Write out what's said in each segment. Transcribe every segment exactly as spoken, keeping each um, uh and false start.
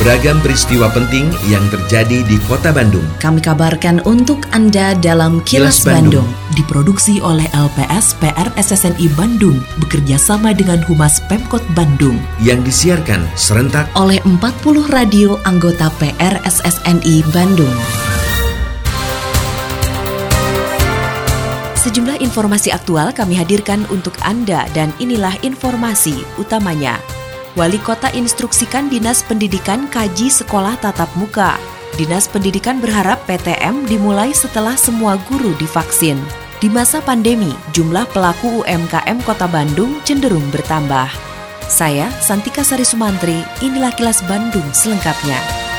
Beragam peristiwa penting yang terjadi di Kota Bandung kami kabarkan untuk Anda dalam Kilas, Kilas Bandung. Bandung. Diproduksi oleh L P S P R S S N I Bandung bekerja sama dengan Humas Pemkot Bandung. Yang disiarkan serentak oleh empat puluh radio anggota P R S S N I Bandung. Sejumlah informasi aktual kami hadirkan untuk Anda dan inilah informasi utamanya. Wali Kota instruksikan Dinas Pendidikan kaji sekolah tatap muka. Dinas Pendidikan berharap P T M dimulai setelah semua guru divaksin. Di masa pandemi, jumlah pelaku U M K M Kota Bandung cenderung bertambah. Saya, Santika Sari Sumantri, inilah Kilas Bandung selengkapnya.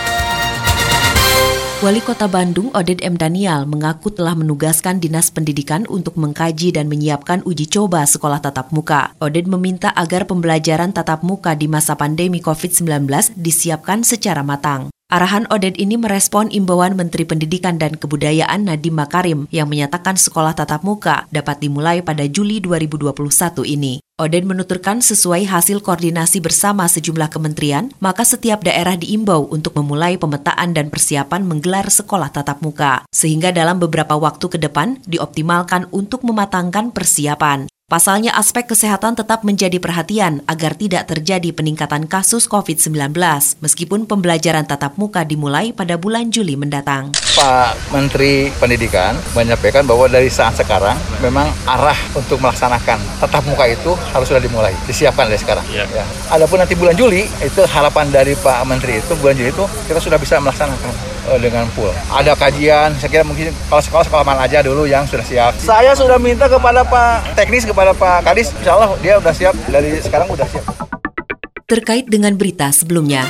Wali Kota Bandung Oded M. Daniel mengaku telah menugaskan Dinas Pendidikan untuk mengkaji dan menyiapkan uji coba sekolah tatap muka. Oded meminta agar pembelajaran tatap muka di masa pandemi covid sembilan belas disiapkan secara matang. Arahan Oded ini merespon imbauan Menteri Pendidikan dan Kebudayaan Nadiem Makarim yang menyatakan sekolah tatap muka dapat dimulai pada Juli dua ribu dua puluh satu ini. Oded menuturkan sesuai hasil koordinasi bersama sejumlah kementerian, maka setiap daerah diimbau untuk memulai pemetaan dan persiapan menggelar sekolah tatap muka, sehingga dalam beberapa waktu ke depan dioptimalkan untuk mematangkan persiapan. Pasalnya aspek kesehatan tetap menjadi perhatian agar tidak terjadi peningkatan kasus covid sembilan belas, meskipun pembelajaran tatap muka dimulai pada bulan Juli mendatang. Pak Menteri Pendidikan menyampaikan bahwa dari saat sekarang memang arah untuk melaksanakan tatap muka itu harus sudah dimulai, disiapkan dari sekarang. Ya. Ya. Adapun nanti bulan Juli, itu harapan dari Pak Menteri itu bulan Juli itu kita sudah bisa melaksanakan uh, dengan full. Ada kajian, saya kira mungkin kalau sekolah-sekolah mana aja dulu yang sudah siap. Saya sudah minta kepada Pak Teknis, kepada Pak Kadis, insya Allah dia sudah siap, dari sekarang sudah siap. Terkait dengan berita sebelumnya,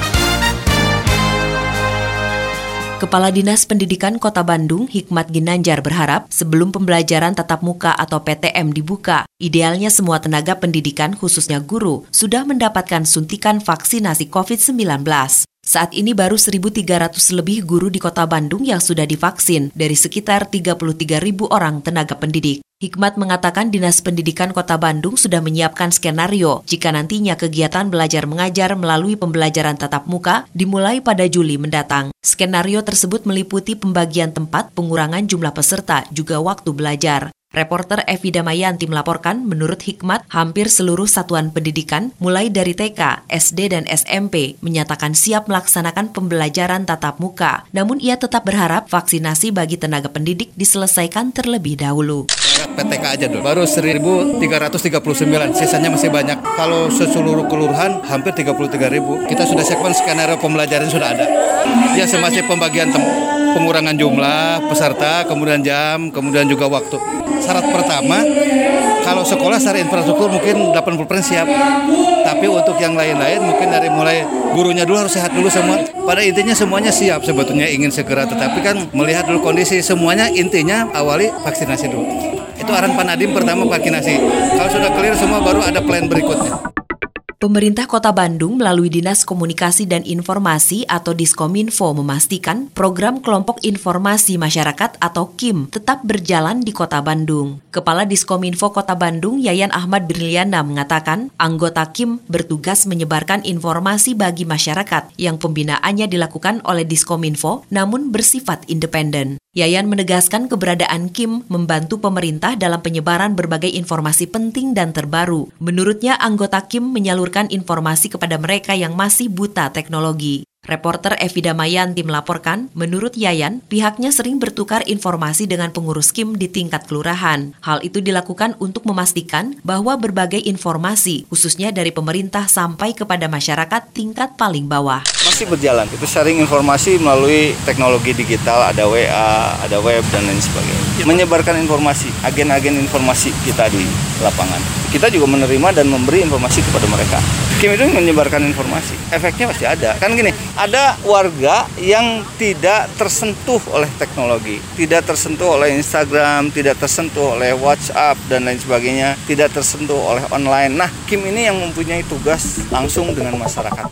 Kepala Dinas Pendidikan Kota Bandung, Hikmat Ginanjar berharap sebelum pembelajaran tatap muka atau P T M dibuka, idealnya semua tenaga pendidikan khususnya guru sudah mendapatkan suntikan vaksinasi covid sembilan belas. Saat ini baru seribu tiga ratus lebih guru di Kota Bandung yang sudah divaksin dari sekitar tiga puluh tiga ribu orang tenaga pendidik. Hikmat mengatakan Dinas Pendidikan Kota Bandung sudah menyiapkan skenario jika nantinya kegiatan belajar mengajar melalui pembelajaran tatap muka dimulai pada Juli mendatang. Skenario tersebut meliputi pembagian tempat, pengurangan jumlah peserta, juga waktu belajar. Reporter Evi Damayanti melaporkan, menurut Hikmat, hampir seluruh satuan pendidikan, mulai dari T K, S D, dan S M P, menyatakan siap melaksanakan pembelajaran tatap muka. Namun ia tetap berharap vaksinasi bagi tenaga pendidik diselesaikan terlebih dahulu. P T K aja dulu, baru seribu tiga ratus tiga puluh sembilan, sisanya masih banyak. Kalau seluruh kelurahan, hampir tiga puluh tiga ribu. Kita sudah siapkan skenario pembelajaran, sudah ada. Ya, semacam pembagian tem- pengurangan jumlah peserta, kemudian jam, kemudian juga waktu. Syarat pertama, kalau sekolah secara infrastruktur mungkin delapan puluh persen siap. Tapi untuk yang lain-lain mungkin dari mulai gurunya dulu harus sehat dulu semua. Pada intinya semuanya siap sebetulnya ingin segera. Tetapi kan melihat dulu kondisi semuanya, intinya awali vaksinasi dulu. Itu arahan Pak Nadiem pertama vaksinasi. Kalau sudah clear semua baru ada plan berikutnya. Pemerintah Kota Bandung melalui Dinas Komunikasi dan Informasi atau Diskominfo memastikan program Kelompok Informasi Masyarakat atau K I M tetap berjalan di Kota Bandung. Kepala Diskominfo Kota Bandung Yayan Ahmad Briliana mengatakan anggota K I M bertugas menyebarkan informasi bagi masyarakat yang pembinaannya dilakukan oleh Diskominfo namun bersifat independen. Yayan menegaskan keberadaan K I M membantu pemerintah dalam penyebaran berbagai informasi penting dan terbaru. Menurutnya anggota K I M menyalurkan informasi kepada mereka yang masih buta teknologi. Reporter Evi Damayanti melaporkan, menurut Yayan, pihaknya sering bertukar informasi dengan pengurus K I M di tingkat kelurahan. Hal itu dilakukan untuk memastikan bahwa berbagai informasi, khususnya dari pemerintah sampai kepada masyarakat tingkat paling bawah. Masih berjalan, itu sharing informasi melalui teknologi digital, ada W A, ada web, dan lain sebagainya. Menyebarkan informasi, agen-agen informasi kita di lapangan. Kita juga menerima dan memberi informasi kepada mereka. K I M itu menyebarkan informasi, efeknya pasti ada. Kan gini, ada warga yang tidak tersentuh oleh teknologi, tidak tersentuh oleh Instagram, tidak tersentuh oleh WhatsApp dan lain sebagainya, tidak tersentuh oleh online. Nah, K I M ini yang mempunyai tugas langsung dengan masyarakat.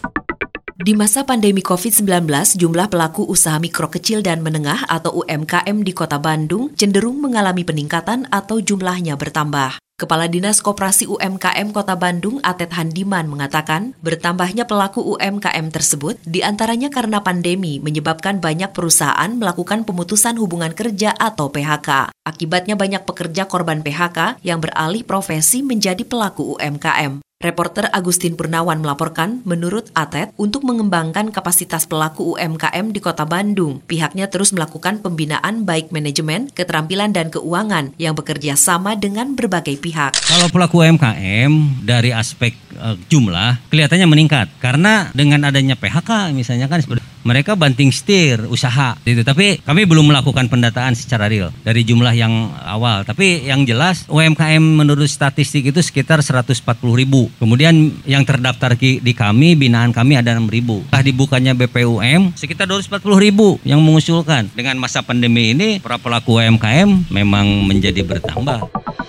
Di masa pandemi covid sembilan belas, jumlah pelaku usaha mikro kecil dan menengah atau U M K M di Kota Bandung cenderung mengalami peningkatan atau jumlahnya bertambah. Kepala Dinas Koperasi U M K M Kota Bandung, Atet Handiman, mengatakan bertambahnya pelaku U M K M tersebut diantaranya karena pandemi menyebabkan banyak perusahaan melakukan pemutusan hubungan kerja atau P H K. Akibatnya banyak pekerja korban P H K yang beralih profesi menjadi pelaku U M K M. Reporter Agustin Purnawan melaporkan, menurut Atet, untuk mengembangkan kapasitas pelaku U M K M di Kota Bandung, pihaknya terus melakukan pembinaan baik manajemen, keterampilan, dan keuangan yang bekerja sama dengan berbagai pihak. Kalau pelaku U M K M dari aspek uh, jumlah kelihatannya meningkat karena dengan adanya P H K misalnya kan mereka banting setir usaha gitu. Tapi kami belum melakukan pendataan secara real dari jumlah yang awal. Tapi yang jelas U M K M menurut statistik itu sekitar seratus empat puluh ribu. Kemudian yang terdaftar di kami, binaan kami ada enam ribu. Setelah dibukanya B P U M sekitar dua ratus empat puluh ribu yang mengusulkan. Dengan masa pandemi ini para pelaku U M K M memang menjadi bertambah.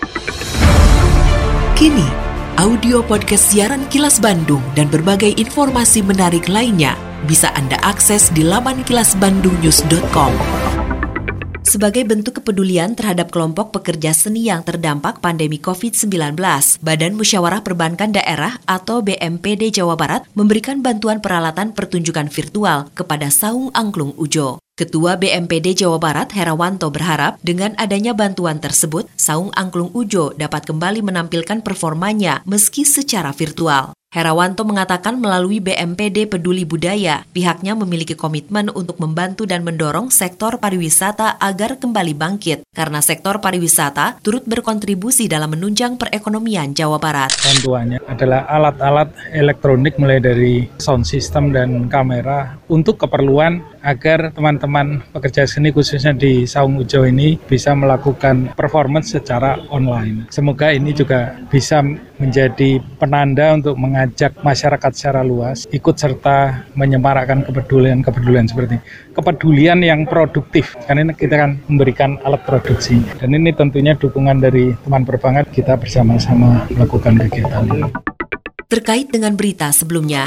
Kini, audio podcast siaran Kilas Bandung dan berbagai informasi menarik lainnya bisa Anda akses di laman kilas bandung news dot com. Sebagai bentuk kepedulian terhadap kelompok pekerja seni yang terdampak pandemi covid sembilan belas, Badan Musyawarah Perbankan Daerah atau B M P D Jawa Barat memberikan bantuan peralatan pertunjukan virtual kepada Saung Angklung Ujo. Ketua B M P D Jawa Barat, Herawanto, berharap dengan adanya bantuan tersebut, Saung Angklung Ujo dapat kembali menampilkan performanya meski secara virtual. Herawanto mengatakan melalui B M P D Peduli Budaya, pihaknya memiliki komitmen untuk membantu dan mendorong sektor pariwisata agar kembali bangkit, karena sektor pariwisata turut berkontribusi dalam menunjang perekonomian Jawa Barat. Bantuannya adalah alat-alat elektronik mulai dari sound system dan kamera untuk keperluan agar teman-teman pekerja seni khususnya di Saung Ujo ini bisa melakukan performance secara online. Semoga ini juga bisa menjadi penanda untuk mengajak masyarakat secara luas ikut serta menyemarakkan kepedulian-kepedulian seperti ini. Kepedulian yang produktif, karena kita akan memberikan alat produksi. Dan ini tentunya dukungan dari teman perbankan, kita bersama-sama melakukan kegiatan ini. Terkait dengan berita sebelumnya,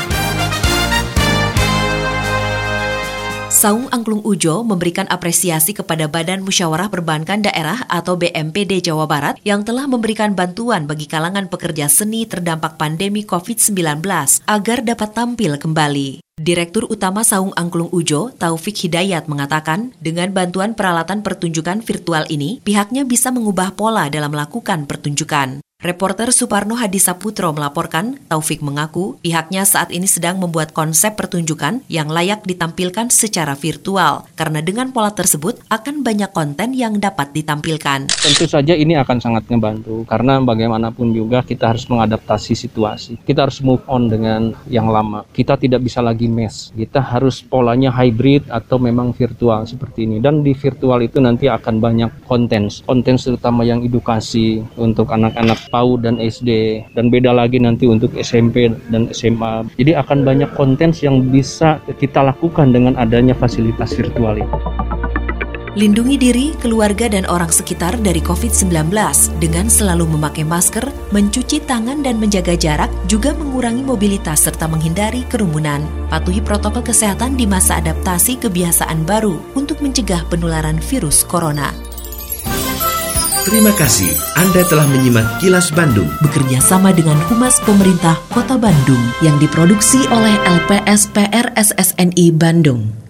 Saung Angklung Ujo memberikan apresiasi kepada Badan Musyawarah Perbankan Daerah atau B M P D Jawa Barat yang telah memberikan bantuan bagi kalangan pekerja seni terdampak pandemi covid sembilan belas agar dapat tampil kembali. Direktur Utama Saung Angklung Ujo, Taufik Hidayat, mengatakan dengan bantuan peralatan pertunjukan virtual ini, pihaknya bisa mengubah pola dalam melakukan pertunjukan. Reporter Suparno Hadisaputro melaporkan, Taufik mengaku pihaknya saat ini sedang membuat konsep pertunjukan yang layak ditampilkan secara virtual, karena dengan pola tersebut akan banyak konten yang dapat ditampilkan. Tentu saja ini akan sangat membantu, karena bagaimanapun juga kita harus mengadaptasi situasi. Kita harus move on dengan yang lama. Kita tidak bisa lagi mes. Kita harus polanya hybrid atau memang virtual seperti ini. Dan di virtual itu nanti akan banyak konten. Konten terutama yang edukasi untuk anak-anak P A U D dan S D, dan beda lagi nanti untuk S M P dan S M A. Jadi akan banyak konten yang bisa kita lakukan dengan adanya fasilitas virtual ini. Lindungi diri, keluarga, dan orang sekitar dari covid sembilan belas dengan selalu memakai masker, mencuci tangan dan menjaga jarak, juga mengurangi mobilitas serta menghindari kerumunan. Patuhi protokol kesehatan di masa adaptasi kebiasaan baru untuk mencegah penularan virus corona. Terima kasih Anda telah menyimak Kilas Bandung Bekerja sama dengan Humas Pemerintah Kota Bandung yang diproduksi oleh L P S P R S S N I Bandung.